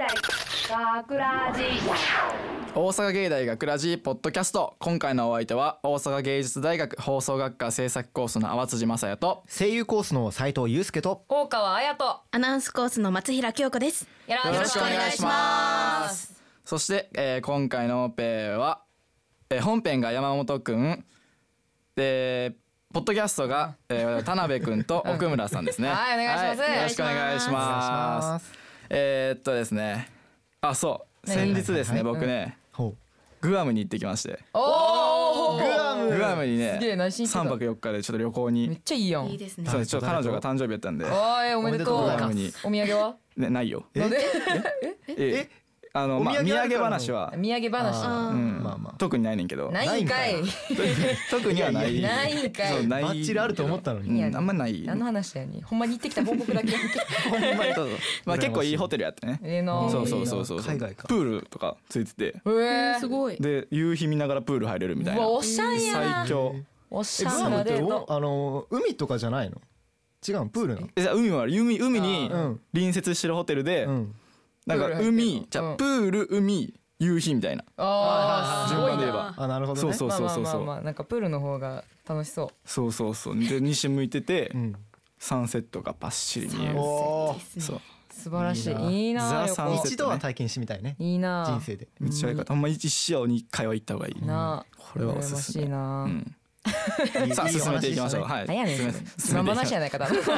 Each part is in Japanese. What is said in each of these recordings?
大学ラジ大阪芸大学ラジポッドキャスト。今回のお相手は大阪芸術大学放送学科制作コースの淡辻雅也と声優コースの斉藤祐介と大川彩とアナウンスコースの松平京子です。 よろしくお願いします。 そして、今回のオペは、本編が山本くんでポッドキャストが、田辺くんと奥村さんですね。 はい、お願いします。 よろしくお願いします。ですね、そう先日ですね、僕ね、グアムに行ってきまして。 おー、グアムにねすげえ、何しに行ってた 3泊4日でちょっと旅行に。 めっちゃいいやん。 いいですね。 そうです、ちょっと彼女が誕生日やったんで。 おめでとう。 おめでとうございますグアムにお土産はないよ。 なんで土産話は、 土産話まあまあ特にないねんけど。 ないんかい。 特にはない。 ないんかい。 そうない。 バッチリあると思ったのに。 あんまない。 何の話やに。ほんまに行ってきた報告だけ。 ほんまにそうそう。結構いいホテルやってね。そうそう。 海外か。 プールとかついてて。 すごい。 で夕日見ながらプール入れるみたいな。 おしゃれやな。 最強。 おしゃグアムってれなデート。 海とかじゃないの？違う、プールなの？ 海もある。海に隣接してるホテルで、なんか海、じゃプール、海、夕日みたいな。順番で言えば。 なるほどね。 そう。 なんかプールの方が楽しそう。 そう。で西向いてて、サンセットがバッシリ見える。そう。 素晴らしい。いいな。 一度は体験してみたいね。 いいな。 人生で。 めっちゃいいかった。ほんま一生に一回は行った方がいい。 なあ。 これはおすすめ。さあ進めていきましょう。はい。 何やねん。自慢話やないか多分。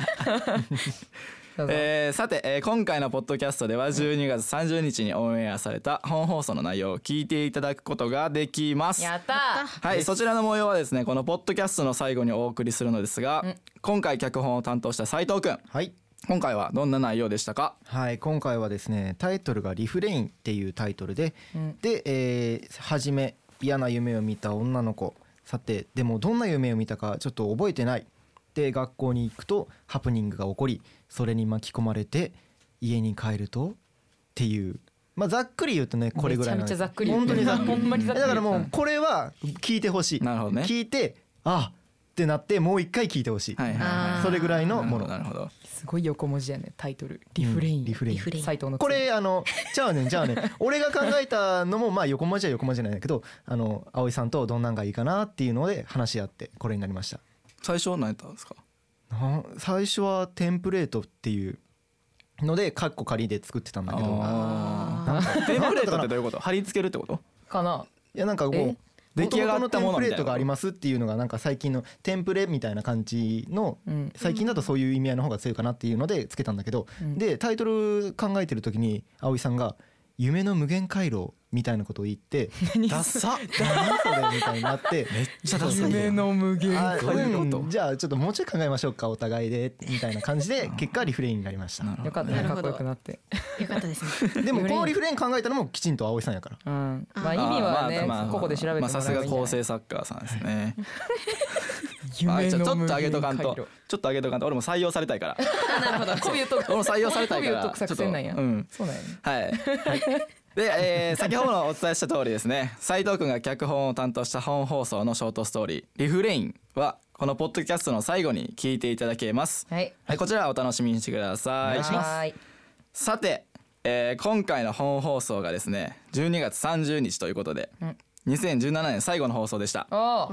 さて、今回のポッドキャストでは12月30日にオンエアされた本放送の内容を聞いていただくことができます。 やったー。 はい、そちらの模様はですね、このポッドキャストの最後にお送りするのですが、今回脚本を担当した斉藤くん、 はい、 今回はどんな内容でしたか？ はい、今回はですね、タイトルがリフレインっていうタイトルで、はじめ嫌な夢を見た女の子、さてでもどんな夢を見たかちょっと覚えてない。で学校に行くとハプニングが起こり、それに巻き込まれて家に帰るとっていう、ざっくり言うとね、これぐらいなんです。 めちゃめちゃざっくり。 本当にざっくり。 ほんまにざっくり。 だからもうこれは聞いてほしい。 なるほどね。 聞いてってなってもう一回聞いてほしい。それぐらいのもの。 なるほど。 すごい横文字やね、タイトル。リフレイン。 リフレイン。 斉藤のこれじゃあね俺が考えたのも横文字は横文字なんだけど、葵さんとどんなんがいいかなっていうので話し合ってこれになりました。 最初は何やったんですか？ 最初はテンプレートっていうのでカッコ仮で作ってたんだけど、 テンプレートってどういうこと？貼り付けるってことかな。 いや、なんかこう出来上がったものみたいな。 テンプレートがありますっていうのがなんか最近のテンプレみたいな感じの、最近だとそういう意味合いの方が強いかなっていうのでつけたんだけど、でタイトル考えてる時に葵さんが夢の無限回廊みたいなことを言ってダサ何それみたいになってめっちゃダサい。 夢の無限回廊。 じゃあちょっともうちょい考えましょうかお互いでみたいな感じで結果リフレインになりました。 よかったね、かっこよくなって。 よかったですね。 でもこのリフレイン考えたのもきちんと葵さんやから。 意味はねここで調べてもらえばいいんじゃない。 さすが構成作家さんですね。ちょ夢の無限回廊。 っと上げとかんと俺も採用されたいから。 なるほど。こういうとこ。 俺も採用されたいから。 こういうとこ作戦なんや。そうなんやね。 はい。で、先ほどお伝えした通りですね、斉藤くんが脚本を担当した本放送のショートストーリーリフレインはこのポッドキャストの最後に聞いていただけます。はい、こちらお楽しみにしてください。お願いします。さて、今回の本放送がですね12月30日ということで、2017年最後の放送でした。はい。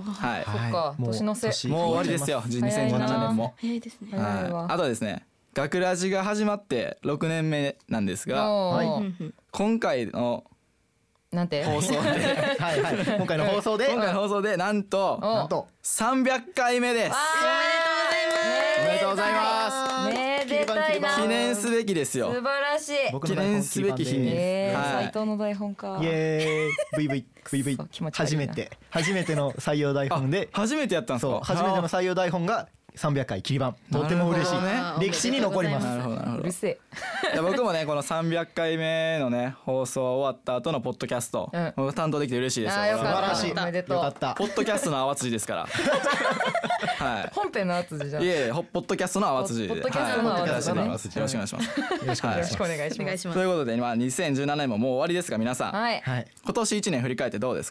そっか、年の瀬。 もう終わりですよ、2017年も。 早いですね。 あとですね、学ラジが始まって6年目なんですが、今回のなんて放送で今回の放送でなんと300回目です。おめでとうございます。 めでたいな。 記念すべきですよ。 素晴らしい。 記念すべき日に。 斉藤の台本か。 イエーイ VV 初めての採用台本で。 初めてやったんですか？ 初めての採用台本が300回切り板。とても嬉しい。歴史に残ります。 なるほど。 うるせえ。 僕もねこの300回目のね放送終わった後のポッドキャスト担当できて嬉しいですよ。 素晴らしい。 おめでとう。 よかった。 ポッドキャストの淡辻ですから。はい。 本編の淡辻じゃん。 いえ、ポッドキャストの淡辻で。 ポッドキャストの淡辻ね。 よろしくお願いします。 よろしくお願いします。 ということで2017年ももう終わりですが皆さん。 はい。 今年1年振り返ってどうですか？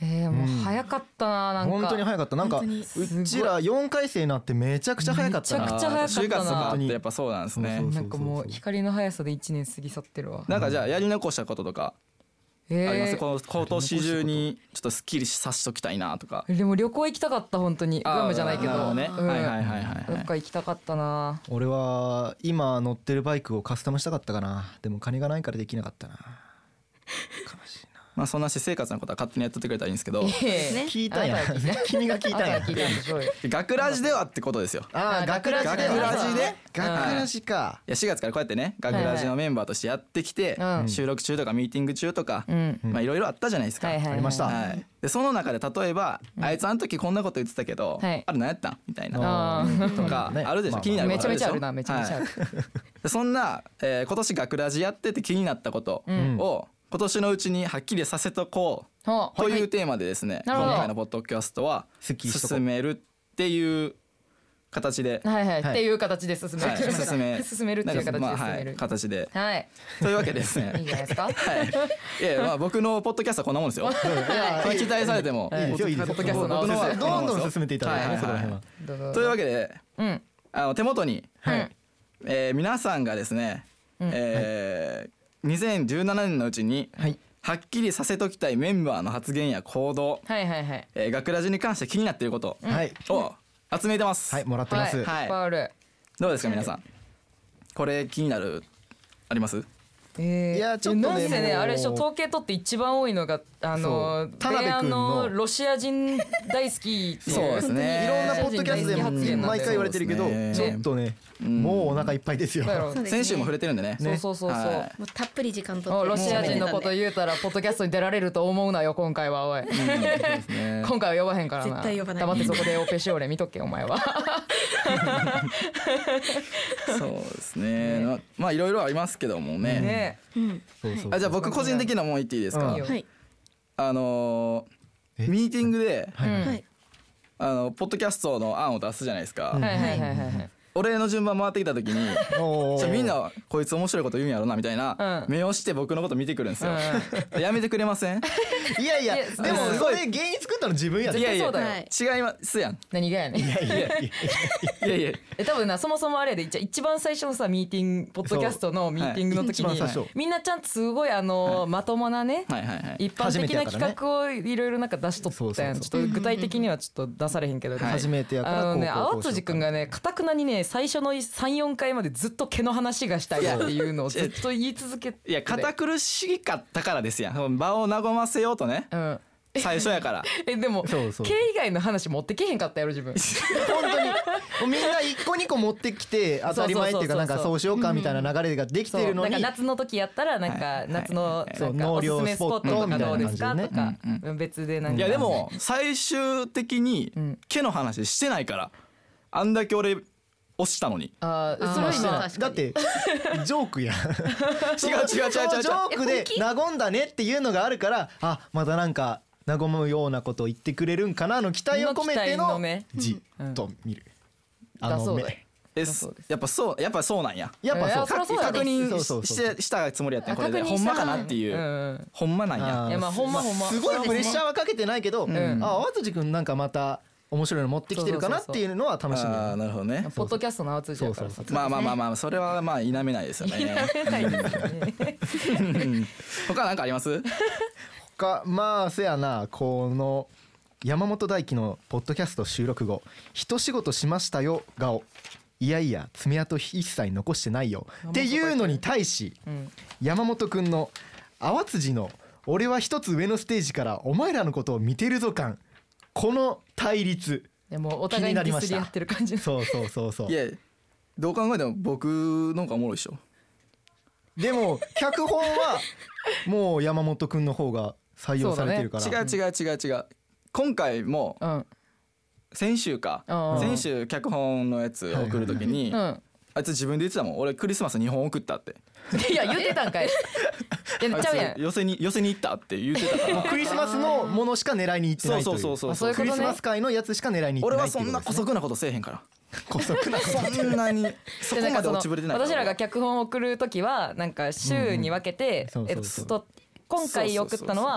もう早かったな、なんか本当に早かった。なんかうちら4回生になってめちゃくちゃ早かったな。 めちゃくちゃ早かったな。 就活とかってやっぱそうなんですね。 なんかもう光の速さで1年過ぎ去ってるわ。 なんかじゃあやり残したこととかあります？この今年中にちょっとスッキリさせときたいなとか。 でも旅行行きたかった本当に。グアムじゃないけどね。はいはいはいはい。 どっか行きたかったな。 俺は今乗ってるバイクをカスタムしたかったかな。でも金がないからできなかったな。悲しいな。 まあそんな私生活のことは勝手にやっとってくれたらいいんですけど、 聞いたやん。君が聞いたやん。 学ラジではってことですよ。 学ラジで。学ラジか。 いや4月からこうやってね学ラジのメンバーとしてやってきて、収録中とかミーティング中とか、まあいろいろあったじゃないですか。 ありました。 でその中で例えばあいつあの時こんなこと言ってたけど、あれ何やったんみたいなとかあるでしょ。気になることあるでしょ。 めちゃめちゃあるな、めちゃめちゃある。 そんな今年学ラジやってて気になったことを今年のうちにはっきりさせとこうというテーマでですね、今回のポッドキャストは進めるっていう形で、 っていう形で進めるっていう形で進める形で、 はい。 というわけですね。 いいじゃないですか。 いやまあ僕のポッドキャストはこんなもんですよ。期待されてもポッドキャストの僕のはどんどん進めていただいてそこら辺は。 というわけで手元に皆さんがですね2017年のうちにはっきりさせときたいメンバーの発言や行動、学ラジに関して気になっていることを集めてます。 はい、もらってます。 どうですか皆さん、これ気になるあります？ いやちょっとなんせねあれでしょ、統計取って一番多いのがベアのロシア人大好きっていう。 そうですね。 いろんなポッドキャストでも毎回言われてるけど、ちょっとねもうお腹いっぱいですよ。 先週も触れてるんでね。 そうもうたっぷり時間とってロシア人のこと言うたらポッドキャストに出られると思うなよ今回は。おい今回は呼ばへんからな。 絶対呼ばない。 黙ってそこでオペシオレ見とけお前は。 そうですね。まあいろいろありますけどもね。じゃあ僕個人的なもん言っていいですか？ミーティングでポッドキャストの案を出すじゃないですか。俺の順番回ってきた時にみんなこいつ面白いこと言うんやろなみたいな目をして僕のこと見てくるんですよ。やめてくれまません？ いやいやでもそれ原因作ったの自分やで。 いやいや違いますやん。 何がやねん。いやいや多分なそもそもあれで一番最初のさミーティングポッドキャストのミーティングの時にみんなちゃんとすごいまともなね一般的な企画をいろいろなんか出しとったやん。ちょっと具体的にはちょっと出されへんけど初めてやから淡辻くんがね堅くなにね最初の 3,4 回までずっと毛の話がしたいっていうのをずっと言い続けて。 いや堅苦しかったからですやん。場を和ませようとね最初やから。 でも毛以外の話持ってけへんかったやろ自分。 本当にみんな1個2個持ってきて当たり前っていうかなんかそうしようかみたいな流れができてるのに、 なんか夏の時やったらなんか夏のおすすめスポットとかどうですかとか別でなんか。 いやでも最終的に毛の話してないからあんだけ俺押したのに。 それはだってジョークやん。違うジョークで和んだねっていうのがあるからまたなんか和むようなことを言ってくれるんかなの期待を込めてのじっと見るやっぱそうなんや。 やっぱそう確認したつもりやったんこれでほんまかなっていうほんまなんや。 いやまあほんますごいプレッシャーはかけてないけど淡辻くんなんかまた面白いの持ってきてるかなっていうのは楽しみ。 なるほどね。 ポッドキャストの淡辻やからまあそれはまあ否めないですよね。他なんかあります？ まあせやな、この山本大輝のポッドキャスト収録後一仕事しましたよ顔いやいや爪痕一切残してないよっていうのに対し、山本くんの淡辻の俺は一つ上のステージからお前らのことを見てるぞ感、この対立でもお互いにディスり合ってる感じ。 そういやどう考えても僕の方がおもろいでしょ。 でも脚本はもう山本くんの方が採用されてるから。 違う今回も先週脚本のやつを送るときにあいつ自分で言ってたもん。俺クリスマス2本送ったって。 いや言ってたんかい。ちゃうやん。 寄せに行ったって言ってたから。 クリスマスのものしか狙いに行ってないという。 そうクリスマス会のやつしか狙いに行ってないっていうことですね。 俺はそんな姑息なことせえへんから。 姑息なことそんなにそこまで落ちぶれてない。 私らが脚本を送るときはなんか週に分けて今回送ったのは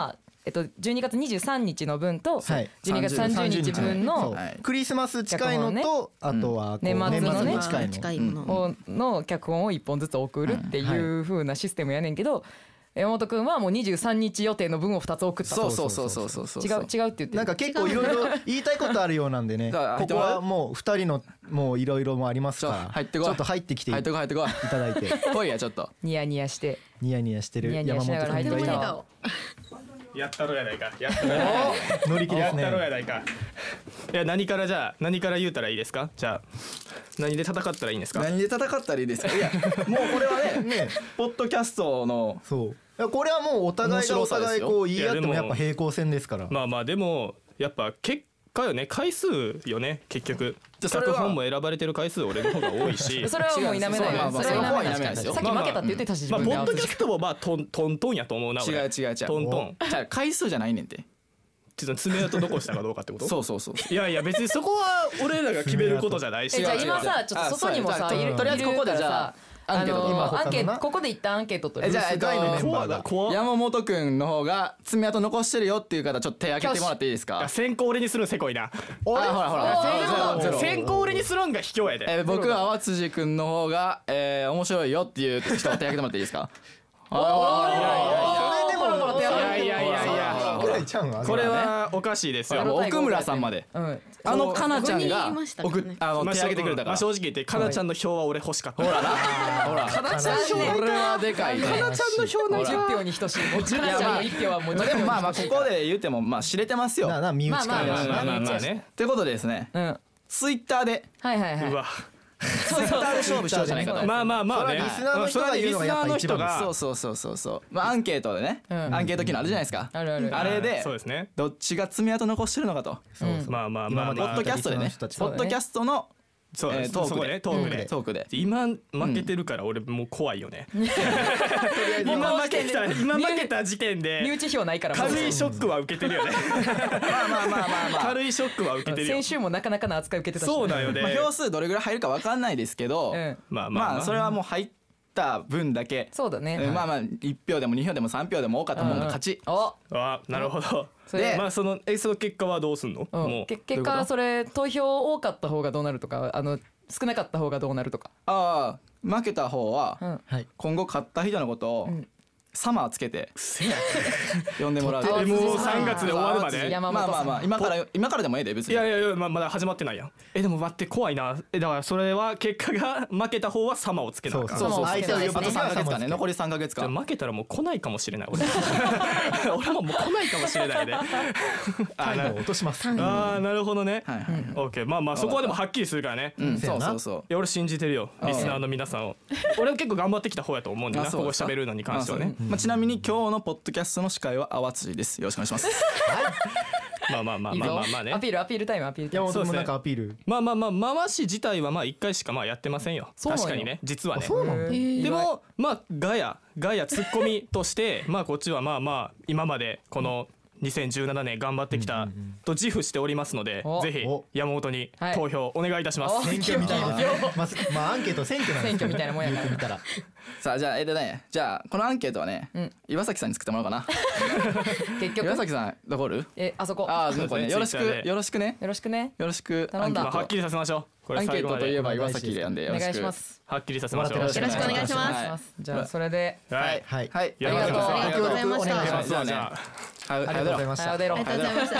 12月23日の分と12月30日分のクリスマス近いのとあとは年末のね近いもの脚本を1本ずつ送るっていう風なシステムやねんけど、山本くんはもう23日予定の分を2つ送った。 そう違うって言ってなんか結構いろいろ言いたいことあるようなんでねここはもう2人のもういろいろもありますからちょっと入ってきていただいて来いやちょっとニヤニヤしてる山本くんが今やったろやないか乗り気ですねやったろやないか。いや何から言うたらいいですか。じゃあ何で戦ったらいいんですか。 何で戦ったらいいですか。いやもうこれはねポッドキャストのそうこれはもうお互いがお互いこう言い合ってもやっぱ平行線ですから。 まあでもやっぱ結果よね、回数よね結局。脚本も選ばれてる回数俺の方が多いしそれはもう否めないよ。 それは否めないですよ。 さっき負けたって言ってたし、 ポッドキャストもトントンやと思うな。 違うトントンじゃあ回数じゃないねんて。 ちょっと爪痕残したかどうかってこと。 そういや別にそこは俺らが決めることじゃないし。 じゃあ今さちょっと外にもさとりあえずここでじゃあアンケートここで一旦アンケート取る。 じゃあ山本くんの方が爪痕残してるよっていう方ちょっと手挙げてもらっていいですか。 先行俺にするのせこいな。 ほら先行俺にするんが卑怯やで。 僕は淡辻くんの方が面白いよっていう人は手挙げてもらっていいですか。 それでもいやこれはおかしいですよ。 奥村さんまでかなちゃんが手挙げてくれたから。 正直言ってかなちゃんの票は俺欲しかった。 ほらかなちゃんの票俺はでかいね。 かなちゃんの票の10票に等しい。もちろん1票はもうでもまあここで言っても知れてますよ。 身内からね。 ということでですねツイッターでうわツイッターで勝負しようじゃないかと。 まあね。 リスナーの人が言うのがやっぱ一番そうアンケートでねアンケート機能あるじゃないですか。あれでどっちが爪痕残してるのかと。 まあポッドキャストでねポッドキャストのトークで今負けてるから俺もう怖いよね。今負けた時点で身内票ないから軽いショックは受けてるよね。軽いショックは受けてるよ。 先週もなかなかな扱い受けてたし。 そうだよね。 票数どれぐらい入るか分かんないですけどまあそれはもう入った分だけそうだね。 まあ1票でも2票でも3票でも多かったもんが勝ち。 なるほど。でその結果はどうすんの。もう結果それ投票多かった方がどうなるとか少なかった方がどうなるとか。 負けた方は今後勝った人のことをサマーつけて呼んでもらう。 もう3月で終わるまで。 まあ今からでもええで別に。 いやまだ始まってないやん。でも待って怖いな。だからそれは結果が負けた方はサマーをつけなあかん。 そう相手を呼ぶと3ヶ月間ね。残り3ヶ月間。 負けたらもう来ないかもしれない俺。俺ももう来ないかもしれないで。 落とします。 なるほどね。オッケーまあそこはでもはっきりするからね。 そう。 いや俺信じてるよリスナーの皆さんを。俺は結構頑張ってきた方やと思うんだなここ喋るのに関してはね。 ちなみに今日のポッドキャストの司会は淡辻です。よろしくお願いします。 まあね。 アピールタイム。 山本もなんかアピール。 回し自体は1回しかやってませんよ。確かにね実はね。でもガヤツッコミとしてこっちは今までこの2017年頑張ってきたと自負しておりますのでぜひ山本に投票お願いいたします。 選挙みたいなね。アンケート選挙なんです。 選挙みたいなもんやから。 さあじゃあこのアンケートはね岩崎さんに作ってもらおうかな。 結局岩崎さんどこおる？ あそこ。 よろしくね。 頼んだ。 はっきりさせましょう。 アンケートといえば岩崎なんでお願いします。 はっきりさせましょう。 よろしくお願いします。 じゃあそれではいありがとうございました。 じゃありがとうございました。 ありがとうございました。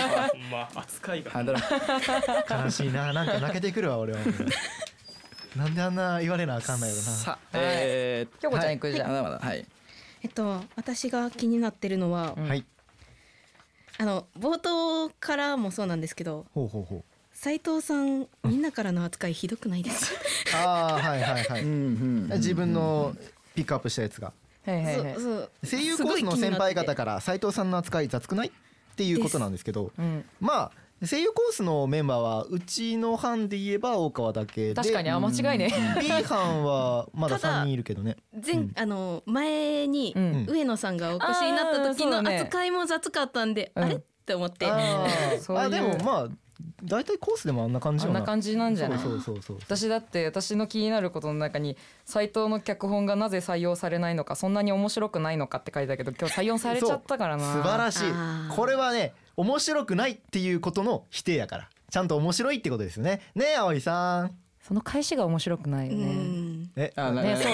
扱いが悲しいな。なんか泣けてくるわ俺は。なんであんな言われなあかんないよな。 さあ京子ちゃん行くじゃん。 私が気になってるのは冒頭からもそうなんですけど斉藤さんみんなからの扱いひどくないですか。 はい自分のピックアップしたやつが声優コースの先輩方から斉藤さんの扱い雑くないっていうことなんですけど声優コースのメンバーはうちの班で言えば大川だけで確かに間違いね。 B 班はまだ3人いるけどね。 前に上野さんがお越しになった時の扱いも雑かったんであれって思って。 でも大体コースでもあんな感じあんな感じなんじゃない。 そう私だって私の気になることの中に斉藤の脚本がなぜ採用されないのか、そんなに面白くないのかって書いてたけど、今日採用されちゃったからな。 素晴らしい。これはね面白くないっていうことの否定やから、ちゃんと面白いってことですよね。ねえ葵さん、 その返しが面白くないよね。 ね、 そう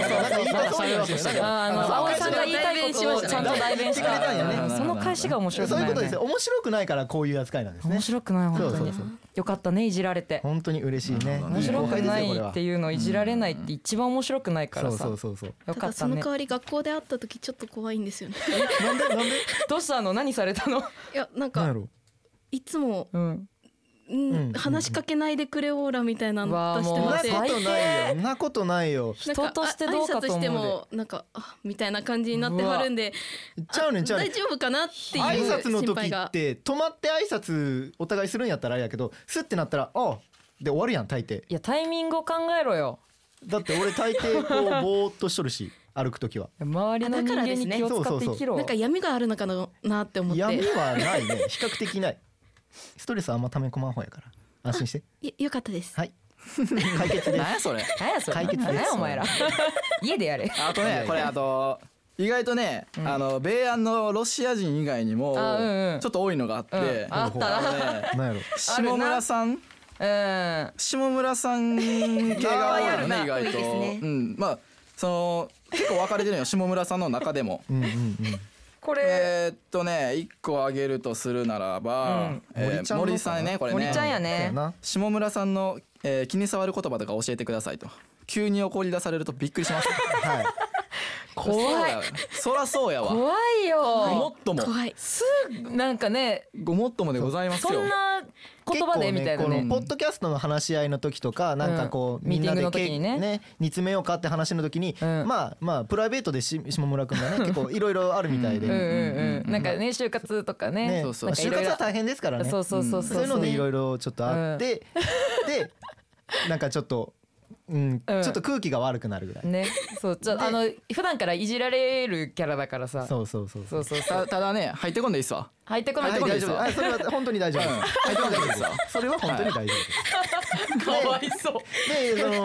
葵さんが言いたいことをちゃんと代弁してくれたんやね。その返しが面白くない。 そういうことですよ。面白くないからこういう扱いなんですね。 面白くない、本当によかったね、いじられて。 本当に嬉しいね。 面白くないっていうのをいじられないって一番面白くないからさ。よかったね。 その代わり学校で会った時ちょっと怖いんですよね。 なんでどうしたの、何されたの。いやなんかいつも話しかけないでくれオーラみたいなの出してまして、 そんなことないよ。 人としてどうかと思うで。挨拶してもなんかみたいな感じになってはるんで、大丈夫かなっていう挨拶の心配が。 時って止まって挨拶お互いするんやったらあれやけど、スッてなったらあで終わるやん大抵。 いやタイミングを考えろよ。 だって俺大抵こうぼーっとしとるし歩く時は周りの人間に気を使って生きろ。 なんか闇があるのかなって思って。 闇はないね。比較的ない。ストレスあんま溜め込まん方やから安心して。 よかったです。 はい。解決です。 何やそれ。 解決です。 何やお前ら。家でやれ。 あとねこれ意外とね米安のロシア人以外にもちょっと多いのがあって、 あったな。 何やろ。 下村さん。下村さん系が多いよね意外と。まあその結構分かれてるよ下村さんの中でも。これ1個挙げるとするならば森さんね、これね森ちゃんやね。 下村さんの気に障る言葉とか教えてくださいと。急に怒り出されるとびっくりします。はい。 怖い。 そらそうやわ。 怖いよ。 ごもっとも。 すぐなんかね、 ごもっともでございますよ。 そんな言葉でみたいなね。 ポッドキャストの話し合いの時とかなんかこうみんなでね煮詰めようかって話の時にまあプライベートで下村くんがね結構いろいろあるみたいで、 なんかね就活とかね。 就活は大変ですからね。 そういうのでいろいろちょっとあってでなんかちょっとちょっと空気が悪くなるぐらいね。そう普段からいじられるキャラだからさ。 そうただね入ってこんでいいっすわ。 入ってこない大丈夫。それは本当に大丈夫。 入ってこんでいいっすわ。 それは本当に大丈夫。かわいそう。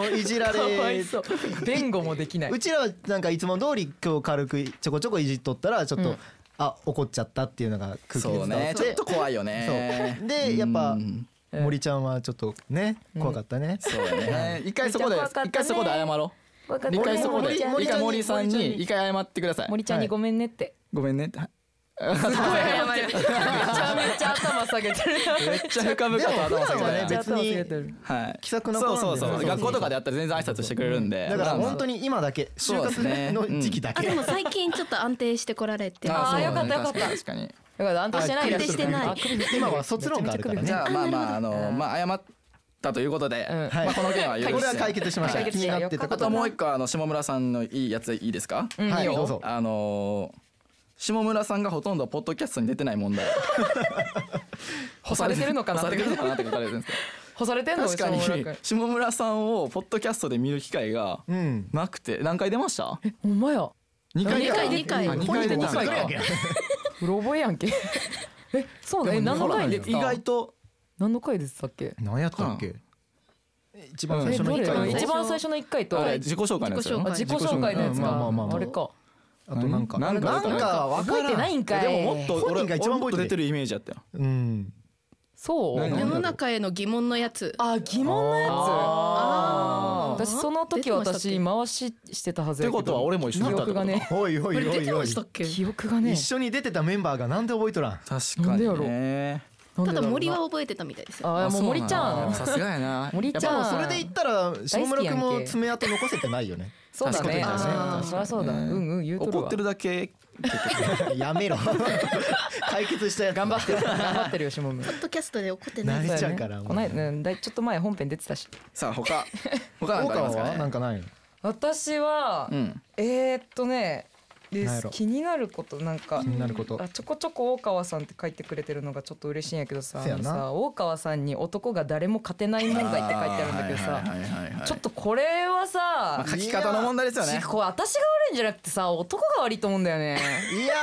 でいじられ。かわいそう。弁護もできない。 うちらはなんかいつも通り今日軽くちょこちょこいじっとったらちょっと怒っちゃったっていうのが空気でそうね。ちょっと怖いよね。 でやっぱ。森ちゃんはちょっとね怖かったね。 そうね。一回そこで謝ろう。一回そこで森さんに一回謝ってください。 森ちゃんにごめんねって。 ごめんねって。 めちゃめちゃ頭下げてる。 めっちゃ深々と頭下げてる。 別に気さくな子そう学校とかでやったら全然挨拶してくれるんで。 だから本当に今だけ就活の時期だけ。 でも最近ちょっと安定してこられて。 ああよかったよかった。 確かに。 安定してない。 安定してない。 今は卒論があるからね。 じゃあまあ謝ったということで、この件はこれは解決しました。気になってたこと。 あともう一個下村さんのいいやついいですか？ はいどうぞ。 下村さんがほとんどポッドキャストに出てない問題。 干されてるのかな？ 干されてるのかなって書かれてるんですけど。 干されてんの？ 確かに下村さんをポッドキャストで見る機会がなくて何回出ました？ ほんまや。 2回出た。 2回出た。 うろ覚えやんけ。そうね。何の回出てた？ 意外と何の回出てたっけ？ 何やったっけ？一番最初の1回。 一番最初の1回と自己紹介のやつ。 自己紹介のやつか。あれか。 あとなんか覚えてないんかい。 でももっと俺が一番覚えて出てるイメージやったよ。 そう。 世の中への疑問のやつ。 疑問のやつ。私その時私回ししてたはずやけど。 ってことは俺も一緒に記憶がね。 おい出てましたっけ？ 記憶がね。 一緒に出てたメンバーがなんで覚えとらん。 確かにね。 ただ森は覚えてたみたいですよ。 もう森ちゃん。 さすがやな。 森ちゃん。 それで言ったら下村君も爪痕残せてないよね。 そうだね。そりゃそうだ。言うとるわ。 怒ってるだけ。 やめろ。解決したやつ。 頑張ってるよ下村。 ポッドキャストで怒ってない。 泣いちゃうから。 こないちょっと前本編出てたし。 さあ他なんかありますかね。 なんかないの？ 私は気になることなんかちょこちょこ大川さんって書いてくれてるのがちょっと嬉しいんやけどさ、大川さんに男が誰も勝てない問題って書いてあるんだけどさ、ちょっとこれはさ書き方の問題ですよね。 私が悪いんじゃなくてさ男が悪いと思うんだよね。 いや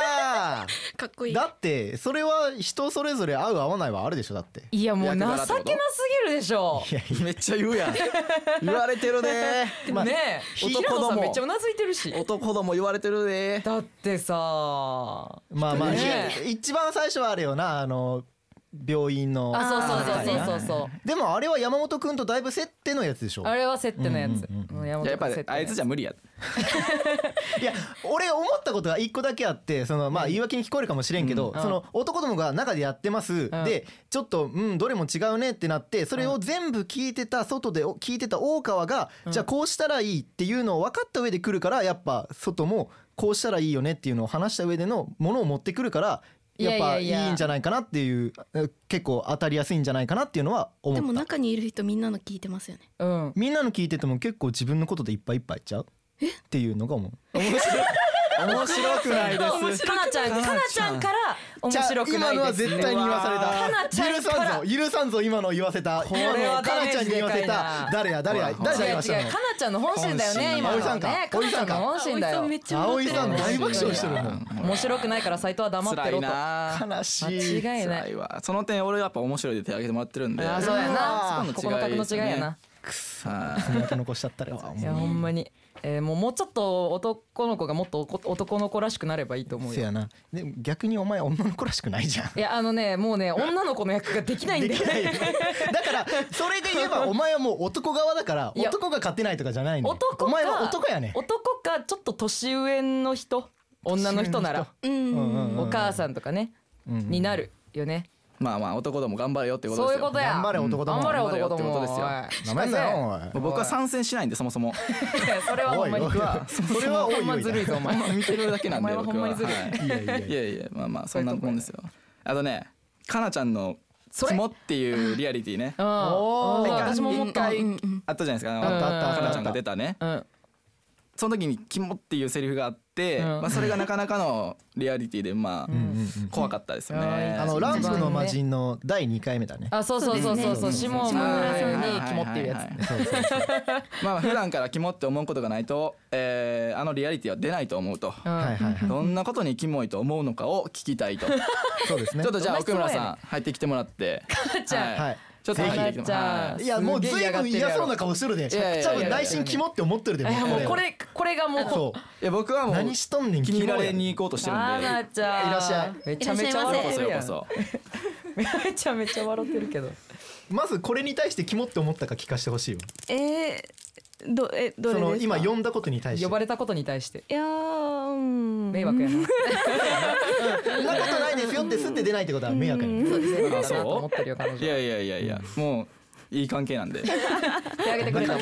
さかっこいい。 だってそれは人それぞれ合う合わないはあるでしょ。だっていやもう情けなすぎるでしょ。 いやめっちゃ言うやん言われてるね。 でもね平野さんめっちゃうなずいてるし。 男ども言われてるね。 だってさまあ一番最初はあれよな病院のそうでもあれは山本くんとだいぶ設定のやつでしょ。 あれは設定のやつ。 やっぱあいつじゃ無理やいや俺思ったことが一個だけあって、そのまあ言い訳に聞こえるかもしれんけど、その男どもが中でやってますでちょっとどれも違うねってなって、それを全部聞いてた外で聞いてた大川がじゃあこうしたらいいっていうのを分かった上で来るから、やっぱ外もこうしたらいいよねっていうのを話した上でのものを持ってくるから、やっぱいいんじゃないかなっていう、結構当たりやすいんじゃないかなっていうのは思った。 でも中にいる人みんなの聞いてますよね。 みんなの聞いてても結構自分のことでいっぱいいっぱいちゃうっていうのが思う。 面白くないです。 かなちゃんから面白くないです。 今のは絶対に言わされた。 かなちゃんから許さんぞ今の言わせた。 これはかなちゃんに言わせた。誰や言いましたの。 かなちゃんの本心だよね今のね。かなちゃんの本心だよ。 葵さん大爆笑してるもん。 面白くないから斉藤は黙ってろと。 悲しい。 間違いない。 その点俺やっぱ面白いで手挙げてもらってるんで。 あそうやな。ここの格の違いやな。 くさー焼き残しちゃったよ。 いやほんまに。もうちょっと男の子がもっと男の子らしくなればいいと思うよ。 せやな。で逆にお前女の子らしくないじゃん。 いやもうね女の子の役ができないんだよ。 だからそれで言えばお前はもう男側だから男が勝てないとかじゃないの。お前は男やね。 男かちょっと年上の人、女の人ならお母さんとかねになるよね。 まあ男ども頑張れよってことですよ。 そういうことや。 頑張れ男ども。 頑張れ男ども。 なめんなよおい。 僕は参戦しないんでそもそも。 それはほんまに。 それはほんまずるいぞお前。 見てるだけなんで。 お前はほんまにずるい。いやまあそんなもんですよ。あとねかなちゃんの肝っていうリアリティね。 私も思った。 あったじゃないですか。かなちゃんが出たね。その時に肝っていうセリフがあって、それがなかなかのリアリティで怖かったですよね。 ランプの魔人の第2回目だね。 あそう下村さんに肝っていうやつ。 まあ普段から肝って思うことがないとリアリティは出ないと思うと。どんなことにキモいと思うのかを聞きたいと。 そうですね。 ちょっとじゃあ奥村さん入ってきてもらって。ちょっと入ってきていやもう随分嫌そうな顔してるで。多分内心キモって思ってるで。 もうこれがもう。 いや僕はもう何しとんねん気に入られに行こうとしてるんで。 いらっしゃい。めちゃめちゃ笑ってるやん。めちゃめちゃ笑ってるけど。 まずこれに対してキモって思ったか聞かせてほしいわ。 どれですか。その今呼んだことに対して。 呼ばれたことに対して。 いや迷惑やな。 そんなことないですよってすって出ないってことは迷惑やね。 そうですね。そう思ってるよ彼女。 いやもういい関係なんで。 手挙げてくれた。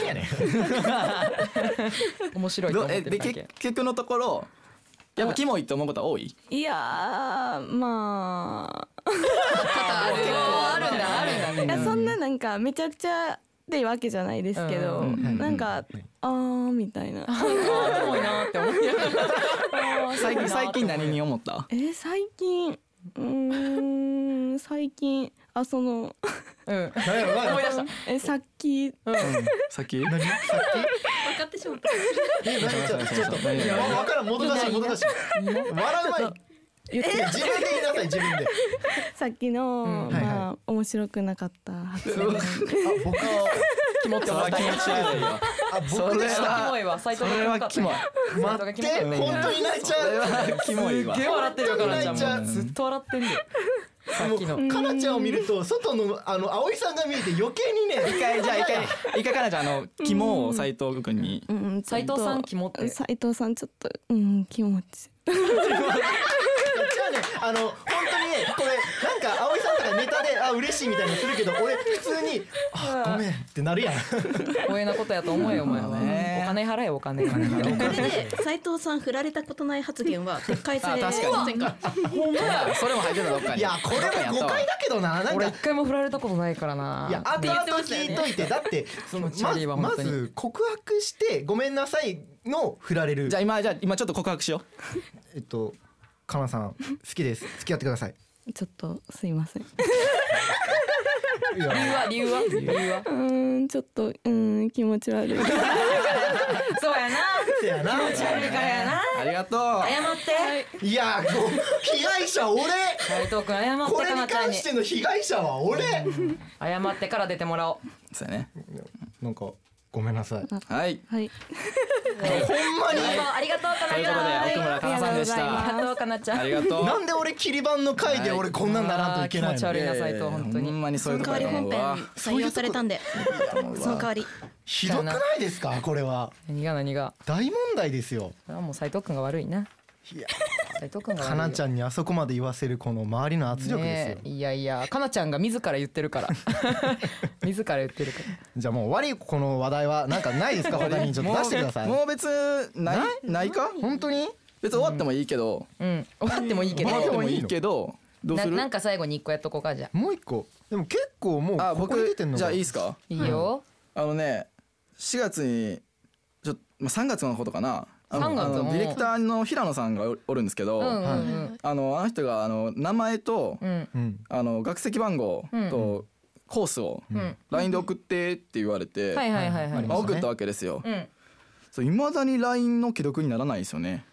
面白いと思ってるだけ。 結局のところやっぱキモいって思うことは多い？ いやまあ結構あるんだね。 そんななんかめちゃくちゃっていうわけじゃないですけど、なんかみたいな。 キモいなって思いながら。 最近何に思った？ 最近その思い出した。 さっき何？ 分かってしまった。 ちょっと分からん。戻し笑う前自分で言いなさい。自分でさっきの面白くなかった発言。 僕はキモって思った。 僕でした。 キモいわ。斉藤それはキモい。 待って本当に泣いちゃう。 キモいわ。 すっげえ笑ってるよかなちゃん。ずっと笑ってんだよ。さっきのかなちゃんを見ると外の葵さんが見えて余計にね。 一回かなちゃん肝を斉藤君に。 斉藤さん肝って。 斉藤さんちょっと気持ち。 じゃあね本当にねこれなんか葵さんとかネタで嬉しいみたいなのするけど俺普通にごめんってなるやん。 光栄なことやと思うよお前は。お金払えお金。 これで斉藤さん振られたことない発言は撤回されませんか。 ほんまや。 それも入ってたどっかに。 いやこれも誤解だけどな。 俺一回も振られたことないからな。 いや後々聞いといて。だってまず告白してごめんなさいの振られる。 じゃあ今ちょっと告白しよう。かなさん好きです。付き合ってください。 ちょっとすいません。 理由はちょっと気持ち悪い。 そうやな。 せやな。 気持ち悪いからやな。 ありがとう。 謝って。 いや被害者俺。 斉藤君謝ってこれにかなちゃんに。 関しての被害者は俺。 謝ってから出てもらおう。 そうやね。 なんかごめんなさい。 はいはい。 ほんまに。 ありがとうかなちゃん。 ということで奥村かなさんでした。 ありがとうかなちゃん。 ありがとう。 なんで俺切り板の回で俺こんなんならんといけないの。 気持ち悪いな斉藤本当に。 ほんまにそういうとこ代わりやと思うわ。 本編採用されたんで、その代わり。 ひどくないですかこれは。 何が。 大問題ですよ。 それはもう斉藤君が悪いな。 いや。 斉藤君が悪いよ。 かなちゃんにあそこまで言わせるこの周りの圧力ですよ。 いやいやかなちゃんが自ら言ってるから。自ら言ってるから。 じゃあもう終わりこの話題はなんかないですか他にちょっと出してください。 もう別ないか？ 本当に？ 別に終わってもいいけど。 終わってもいいけど。 終わってもいいけど。どうする？ なんか最後に一個やっとこうかじゃあ。 もう一個。でも結構もうここに出てんの。 じゃあいいですか？ いいよ。 4月に3月のことかな。 3月ディレクターの平野さんがおるんですけど、あの人が名前と学籍番号とコースを LINE で送ってって言われて送ったわけですよ。いまだに LINE の既読にならないですよね。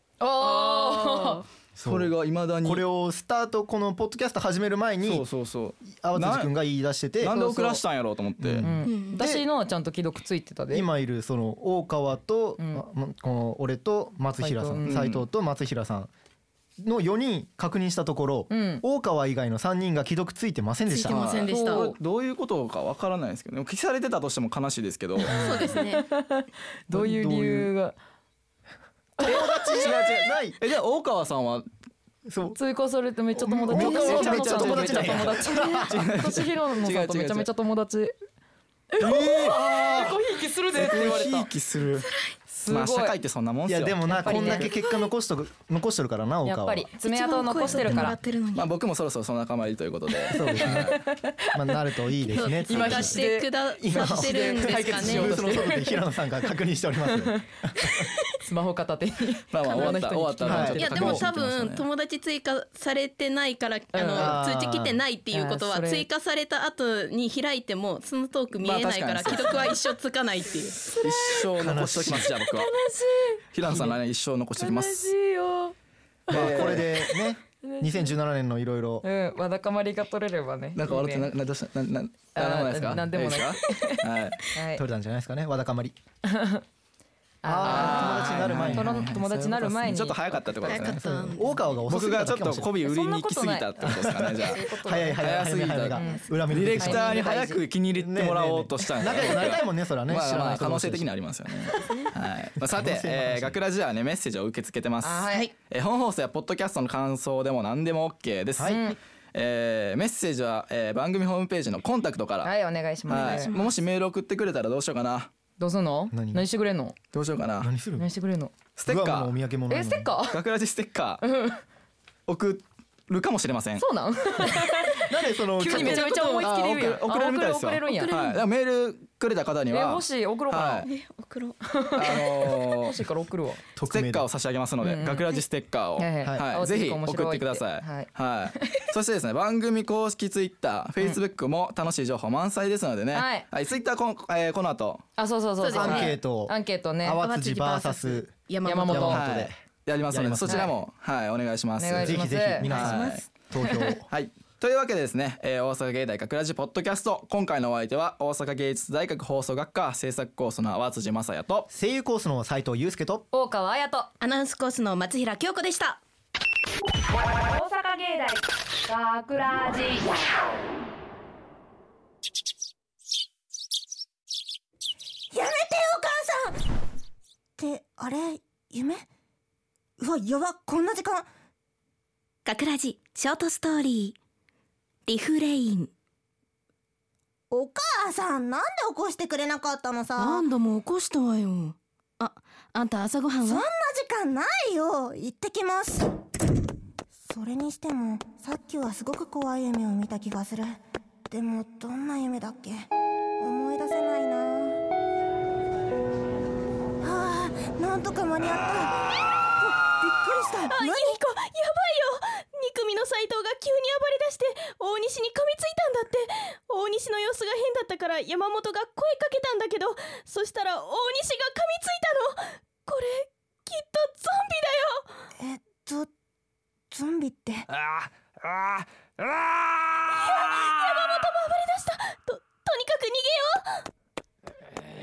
それがいまだに。 これをスタートこのポッドキャスト始める前に淡辻君が言い出してて、 なんで送らしたんやろうと思って。 私のはちゃんと既読ついてたで。 今いるその大川とこの俺と松平さん、斉藤と松平さんの4人確認したところ、大川以外の3人が既読ついてませんでした。 ついてませんでした。 どういうことかわからないですけど、消されてたとしても悲しいですけど。 そうですね。 どういう理由が。 友達違うない。じゃあ大川さんは追加されてめっちゃ友達。 めっちゃ友達。 私ヒロノさんとめちゃめちゃ友達。コヒーキするでって言われた。 コヒーキする。まあ社会ってそんなもんですよ。 いやでもなこんだけ結果残しとるからな大川は。 やっぱり爪痕を残してるから。 まあ僕もそろそろその仲間入りということで。 そうですね。まあなるといいですね。 今してくださってるんですかね。 ブースの外で平野さんが確認しております。 スマホ片手に。 まあ終わった。 いやでも多分友達追加されてないから通知来てないっていうことは追加された後に開いてもそのトーク見えないから既読は一生つかないっていう。 一生残しときますじゃあ僕は。平野さん来年一生残しておきます。 悲しいよ。 まあこれでね2017年のいろいろわだかまりが取れればね。 なんか笑ってどうしたなんでもないですか。 なんでもない。 はい取れたんじゃないですかねわだかまり。 友達になる前にちょっと早かったってことですね。 大川が僕がちょっと媚び売りに行き過ぎたってことですかね。じゃあ早すぎた。ディレクターに早く気に入ってもらおうとしたんで。 仲良くなりたいもんねそれはね。 まあ可能性的にありますよね。はい。さて学ラジはねメッセージを受け付けてます。本放送やポッドキャストの感想でも何でも OK です。メッセージは番組ホームページのコンタクトから。 はいお願いします。 もしメール送ってくれたらどうしようかな。 どうすんの？何してくれんの？ どうしようかな。 何する？ 何してくれんの？ ステッカー。 お土産物。 ステッカー？ 学ラジステッカー送るかもしれません。 そうなん？ なんでその急にめちゃめちゃ思いつきで言うやん。 送れるみたいですよ。 送れるんや。 はい。メールくれた方には欲しい送ろうかな。 送ろう。 欲しいから送るわ。 ステッカーを差し上げますので、学ラジステッカーをぜひ送ってください。はい。そしてですね番組公式ツイッター、フェイスブックも楽しい情報満載ですのでね。はい。ツイッターこの後。 そうアンケートね。淡辻 VS 山本でやりますのでそちらもお願いします。 ぜひぜひ皆さん投票はい。というわけでですね、大阪芸大学ラジポッドキャスト今回のお相手は大阪芸術大学放送学科制作コースの淡辻正也と声優コースの斉藤祐介と大川彩とアナウンスコースの松平京子でした。 大阪芸大学ラジ。 やめてよお母さんってあれ夢？うわやばこんな時間。 学ラジショートストーリーリフレイン。 お母さんなんで起こしてくれなかったのさ。 何度も起こしたわよ。あんた朝ごはんは？ そんな時間ないよ。行ってきます。それにしてもさっきはすごく怖い夢を見た気がする。でもどんな夢だっけ思い出せないな。はあなんとか間に合った。びっくりした。何？ ゆみこやばいよ。2組の斉藤が急に暴れ出して大西に噛みついたんだって。大西の様子が変だったから山本が声かけたんだけどそしたら大西が噛みついたの。これンビって。 山本も暴れ出した。とにかく逃げよ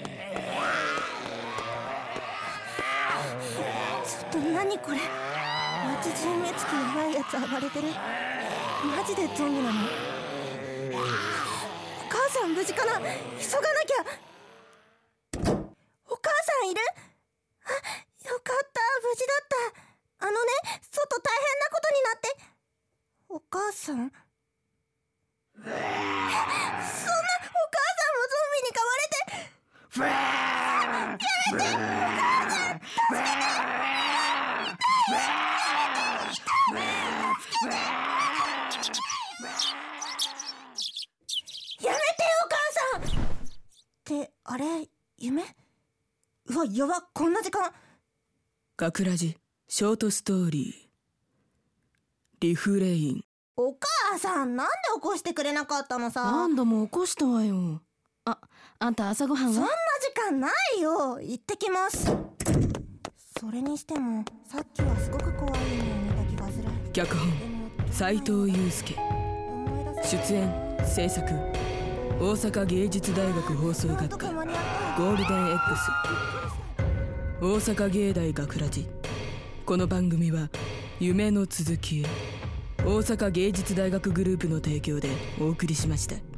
う。ちょっと何これ、街中目つきやばいやつ暴れてる。マジでゾンビなの？お母さん無事かな？急がなきゃ。お母さんいる？あ、よかった、無事だった。外大変なことになって。お母さん？そんな、お母さんもゾンビに噛まれて。やめて、お母さん、やめてお母さん。ってあれ夢？うわ、やば、こんな時間。 かくらじショートストーリーリフレイン。 お母さん、なんで起こしてくれなかったのさ。 何度も起こしたわよ。あんた朝ごはんは？ そんな時間ないよ。行ってきます。それにしてもさっきはすごく怖い夢を見た気がする。 脚本斉藤祐介、出演制作大阪芸術大学放送学科ゴールデン X 大阪芸大学ラジ。この番組は夢の続きへ大阪芸術大学グループの提供でお送りしました。